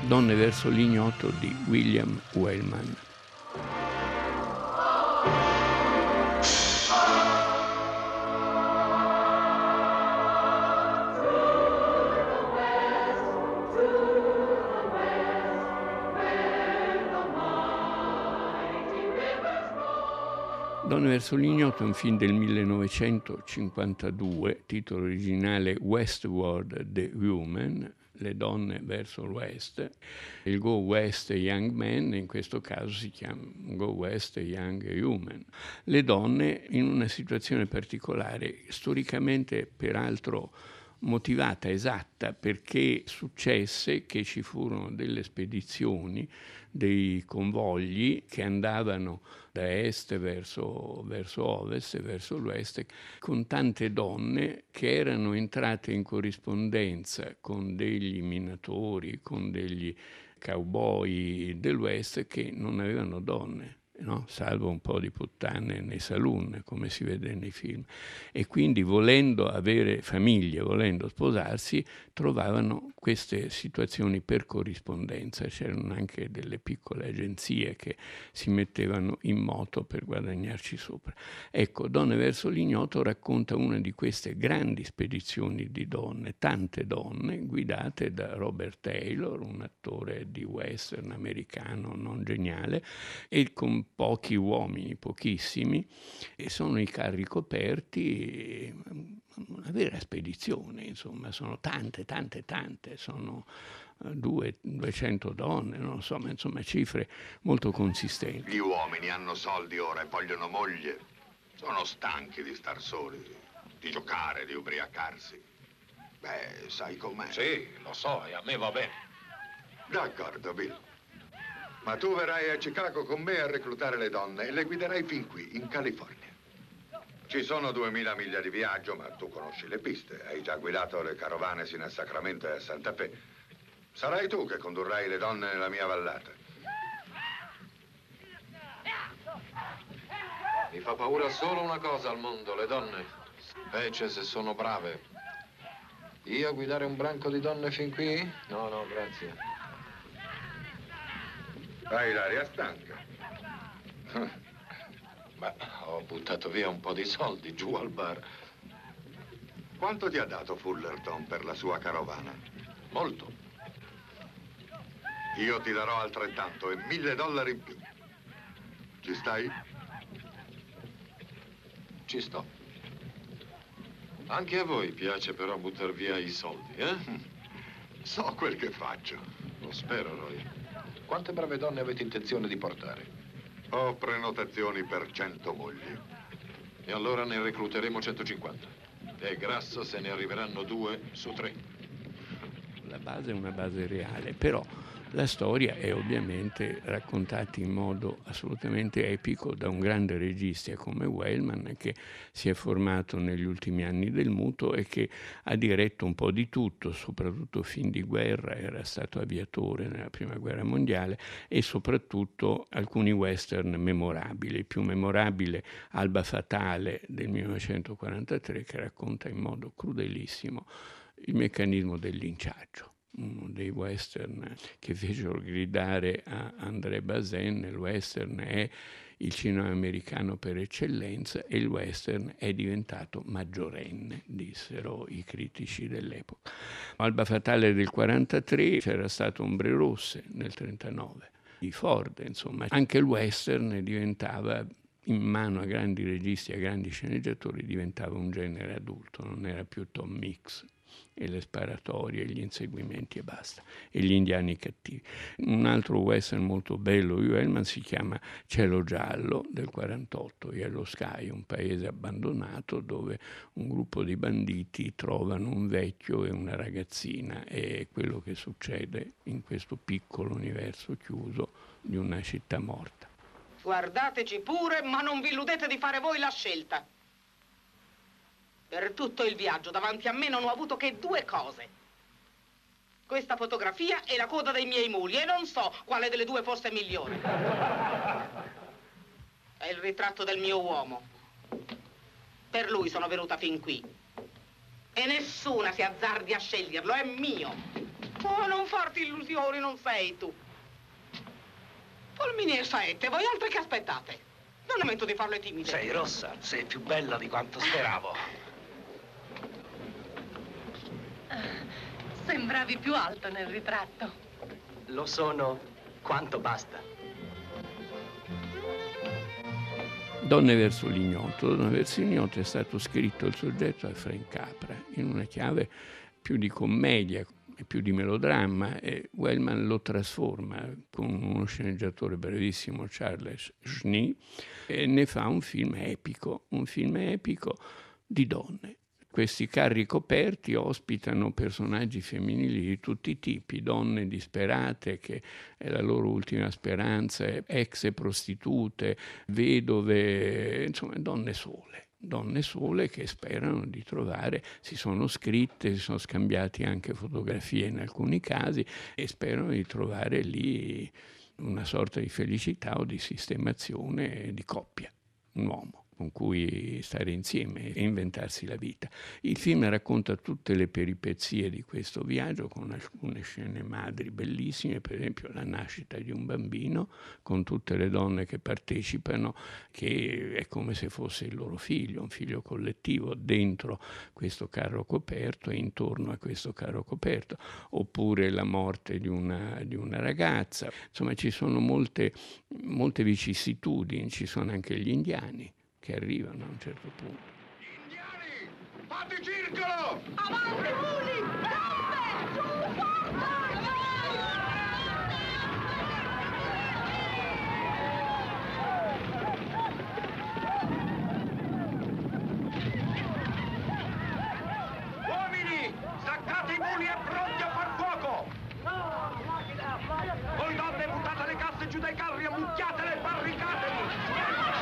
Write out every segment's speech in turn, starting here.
Donne verso l'ignoto di William Wellman. Donne verso l'ignoto è un film del 1952, titolo originale Westward the Women, le donne verso l'West. Il Go West Young Men, in questo caso si chiama Go West Young Women. Le donne in una situazione particolare, storicamente peraltro motivata, esatta, perché successe che ci furono delle spedizioni, dei convogli che andavano da est verso ovest e verso l'oest, con tante donne che erano entrate in corrispondenza con degli minatori, con degli cowboy dell'West che non avevano donne. No? Salvo un po' di puttane nei saloon, come si vede nei film. E quindi, volendo avere famiglie, volendo sposarsi, trovavano queste situazioni per corrispondenza. C'erano anche delle piccole agenzie che si mettevano in moto per guadagnarci sopra. Ecco, Donne verso l'ignoto racconta una di queste grandi spedizioni di donne, tante donne, guidate da Robert Taylor, un attore di western americano non geniale, e con pochi uomini, pochissimi, e sono i carri coperti, una vera spedizione, insomma, sono tante, sono 200 donne, non so, ma insomma cifre molto consistenti. Gli uomini hanno soldi ora e vogliono moglie. Sono stanchi di star soli, di giocare, di ubriacarsi. Beh, sai com'è? Sì, lo so, e a me va bene. D'accordo, Bill. Ma tu verrai a Chicago con me a reclutare le donne e le guiderai fin qui, in California. Ci sono 2000 miglia di viaggio, ma tu conosci le piste. Hai già guidato le carovane sino a Sacramento e a Santa Fe. Sarai tu che condurrai le donne nella mia vallata. Mi fa paura solo una cosa al mondo, le donne. Specie se sono brave. Io a guidare un branco di donne fin qui? No, no, grazie. Hai l'aria stanca. Ma ho buttato via un po' di soldi giù al bar. Quanto ti ha dato Fullerton per la sua carovana? Molto. Io ti darò altrettanto e $1000 in più. Ci stai? Ci sto. Anche a voi piace però buttar via i soldi, eh? So quel che faccio. Lo spero, Roy. Quante brave donne avete intenzione di portare? Ho prenotazioni per 100 mogli. E allora ne recluteremo 150. E grasso se ne arriveranno 2 su 3. La base è una base reale, però la storia è ovviamente raccontata in modo assolutamente epico da un grande regista come Wellman, che si è formato negli ultimi anni del muto e che ha diretto un po' di tutto, soprattutto film di guerra, era stato aviatore nella Prima Guerra Mondiale, e soprattutto alcuni western memorabili. Il più memorabile, Alba Fatale del 1943, che racconta in modo crudelissimo il meccanismo del linciaggio. Uno dei western che fecero gridare a André Bazin. Il western è il cinema americano per eccellenza e il western è diventato maggiorenne, dissero i critici dell'epoca. Alba Fatale del 43, c'era stato Ombre Rosse nel 39, di Ford, insomma. Anche il western diventava, in mano a grandi registi, a grandi sceneggiatori, diventava un genere adulto, non era più Tom Mix e le sparatorie, gli inseguimenti e basta, e gli indiani cattivi. Un altro western molto bello di Wellman si chiama Cielo Giallo del 48, Yellow Sky, un paese abbandonato dove un gruppo di banditi trovano un vecchio e una ragazzina, e quello che succede in questo piccolo universo chiuso di una città morta. Guardateci pure, ma non vi illudete di fare voi la scelta. Per tutto il viaggio davanti a me non ho avuto che 2 cose. Questa fotografia e la coda dei miei muli, e non so quale delle 2 fosse migliore. È il ritratto del mio uomo. Per lui sono venuta fin qui. E nessuna si azzardi a sceglierlo, è mio. Oh, non farti illusioni, non sei tu. Polmini e Saette, voi altri che aspettate? Non è momento di farle timide. Sei rossa, sei più bella di quanto speravo. Sembravi più alto nel ritratto. Lo sono quanto basta. Donne verso l'ignoto. Donne verso l'ignoto è stato scritto il soggetto da Frank Capra in una chiave più di commedia e più di melodramma, e Wellman lo trasforma con uno sceneggiatore bravissimo, Charles Schnee, e ne fa un film epico di donne. Questi carri coperti ospitano personaggi femminili di tutti i tipi, donne disperate che è la loro ultima speranza, ex prostitute, vedove, insomma donne sole che sperano di trovare, si sono scritte, si sono scambiati anche fotografie in alcuni casi e sperano di trovare lì una sorta di felicità o di sistemazione di coppia, un uomo con cui stare insieme e inventarsi la vita. Il film racconta tutte le peripezie di questo viaggio con alcune scene madri bellissime, per esempio la nascita di un bambino con tutte le donne che partecipano, che è come se fosse il loro figlio, un figlio collettivo dentro questo carro coperto e intorno a questo carro coperto, oppure la morte di una ragazza. Insomma, ci sono molte vicissitudini, ci sono anche gli indiani che arrivano a un certo punto. Indiani, fate circolo! Avanti, muli! Gambe! Su, forza! Uomini, staccate i muli e pronti a far fuoco! Voi donne, buttate le casse giù dai carri, ammucchiatele e barricatevi!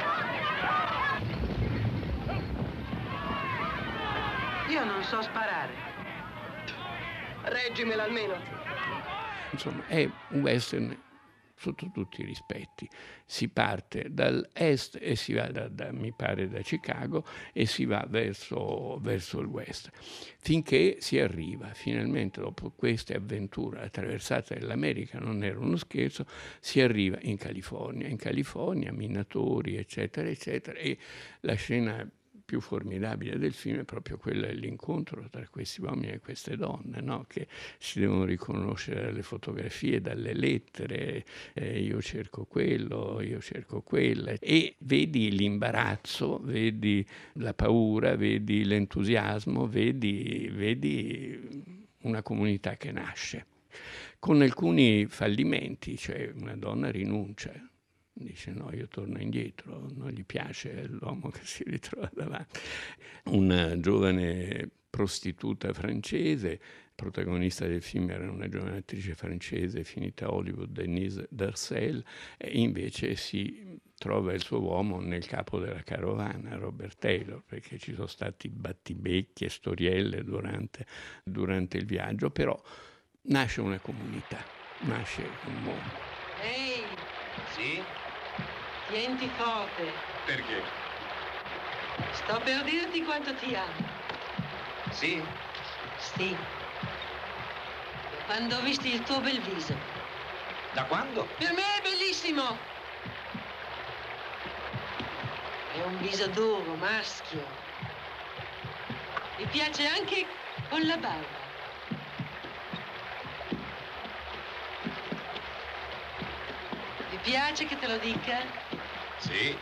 Io non so sparare. Reggimela almeno. Insomma, è un western sotto tutti i rispetti. Si parte dall'est e si va mi pare da Chicago, e si va verso il west, finché si arriva finalmente, dopo queste avventure, la traversata dell'America non era uno scherzo, si arriva in California, minatori, eccetera, eccetera, e la scena più formidabile del film è proprio quella dell'incontro tra questi uomini e queste donne, no? Che si devono riconoscere dalle fotografie, dalle lettere, io cerco quello, io cerco quella, e vedi l'imbarazzo, vedi la paura, vedi l'entusiasmo, vedi una comunità che nasce, con alcuni fallimenti, cioè una donna rinuncia. Dice no, io torno indietro, non gli piace l'uomo che si ritrova davanti. Una giovane prostituta francese, protagonista del film era una giovane attrice francese finita a Hollywood, Denise Darcel, e invece si trova il suo uomo nel capo della carovana, Robert Taylor, perché ci sono stati battibecchi e storielle durante il viaggio, però nasce una comunità, nasce un mondo. Ehi, Sì? tienti forte. Perché? Sto per dirti quanto ti amo. Sì? Sì. Da quando ho visto il tuo bel viso. Da quando? Per me è bellissimo. È un viso duro, maschio. Mi piace anche con la barba. Ti piace che te lo dica? Sì.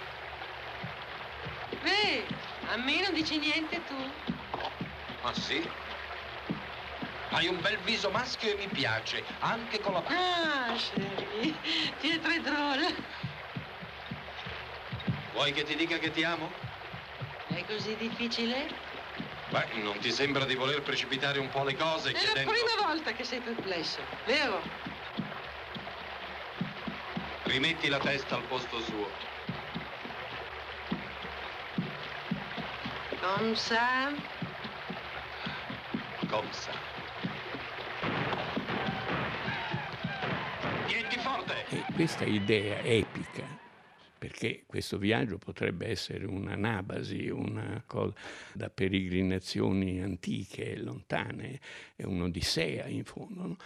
A me non dici niente tu? Ah sì? Hai un bel viso maschio e mi piace, anche con la barba. Ah, Sherry, Pietro è drôle. Vuoi che ti dica che ti amo? È così difficile? Beh, non ti sembra di voler precipitare un po' le cose È la chiedendo... prima volta che sei perplesso, vero? Rimetti la testa al posto suo. Comme ça. Come sa. Tienti forte! E questa idea epica, perché questo viaggio potrebbe essere un'anabasi, una cosa da peregrinazioni antiche, lontane, è un'odissea in fondo, no?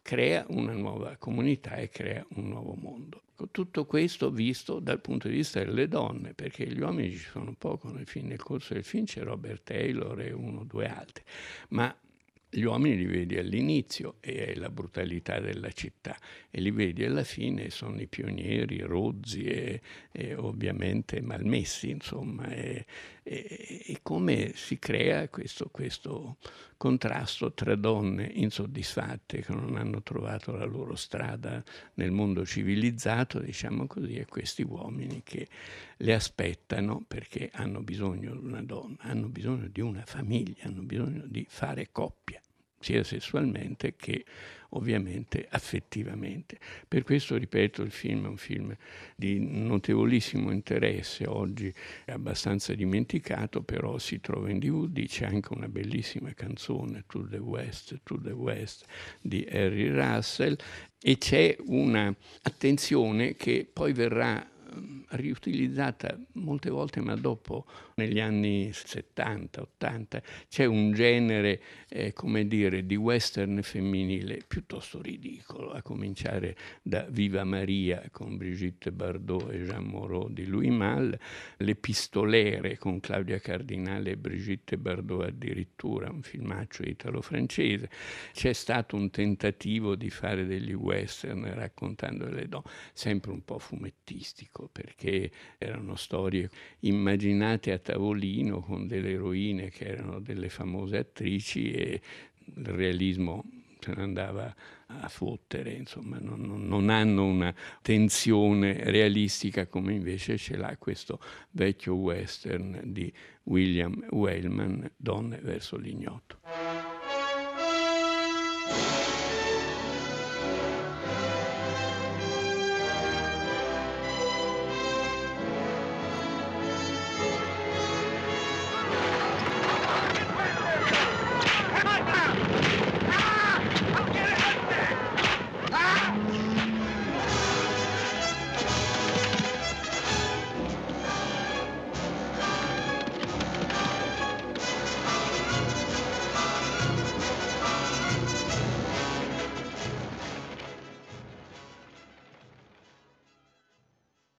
crea una nuova comunità e crea un nuovo mondo. Tutto questo visto dal punto di vista delle donne, perché gli uomini ci sono poco nel corso del film, c'è Robert Taylor e uno o due altri, ma gli uomini li vedi all'inizio e è la brutalità della città, e li vedi alla fine, sono i pionieri rozzi e ovviamente malmessi, insomma, e come si crea questo contrasto tra donne insoddisfatte che non hanno trovato la loro strada nel mondo civilizzato, diciamo così, e questi uomini che le aspettano perché hanno bisogno di una donna, hanno bisogno di una famiglia, hanno bisogno di fare coppia, sia sessualmente che ovviamente affettivamente. Per questo, ripeto, il film è un film di notevolissimo interesse, oggi è abbastanza dimenticato, però si trova in DVD, c'è anche una bellissima canzone, To the West di Harry Russell, e c'è una attenzione che poi verrà riutilizzata molte volte, ma dopo, negli anni 70, 80, c'è un genere, come dire, di western femminile piuttosto ridicolo, a cominciare da Viva Maria con Brigitte Bardot e Jean Moreau di Louis Malle, Le Pistolere con Claudia Cardinale e Brigitte Bardot addirittura, un filmaccio italo-francese. C'è stato un tentativo di fare degli western raccontando le donne, sempre un po' fumettistico, perché erano storie immaginate a tavolino con delle eroine che erano delle famose attrici e il realismo se ne andava a fottere, insomma, non hanno una tensione realistica come invece ce l'ha questo vecchio western di William Wellman, Donne verso l'ignoto.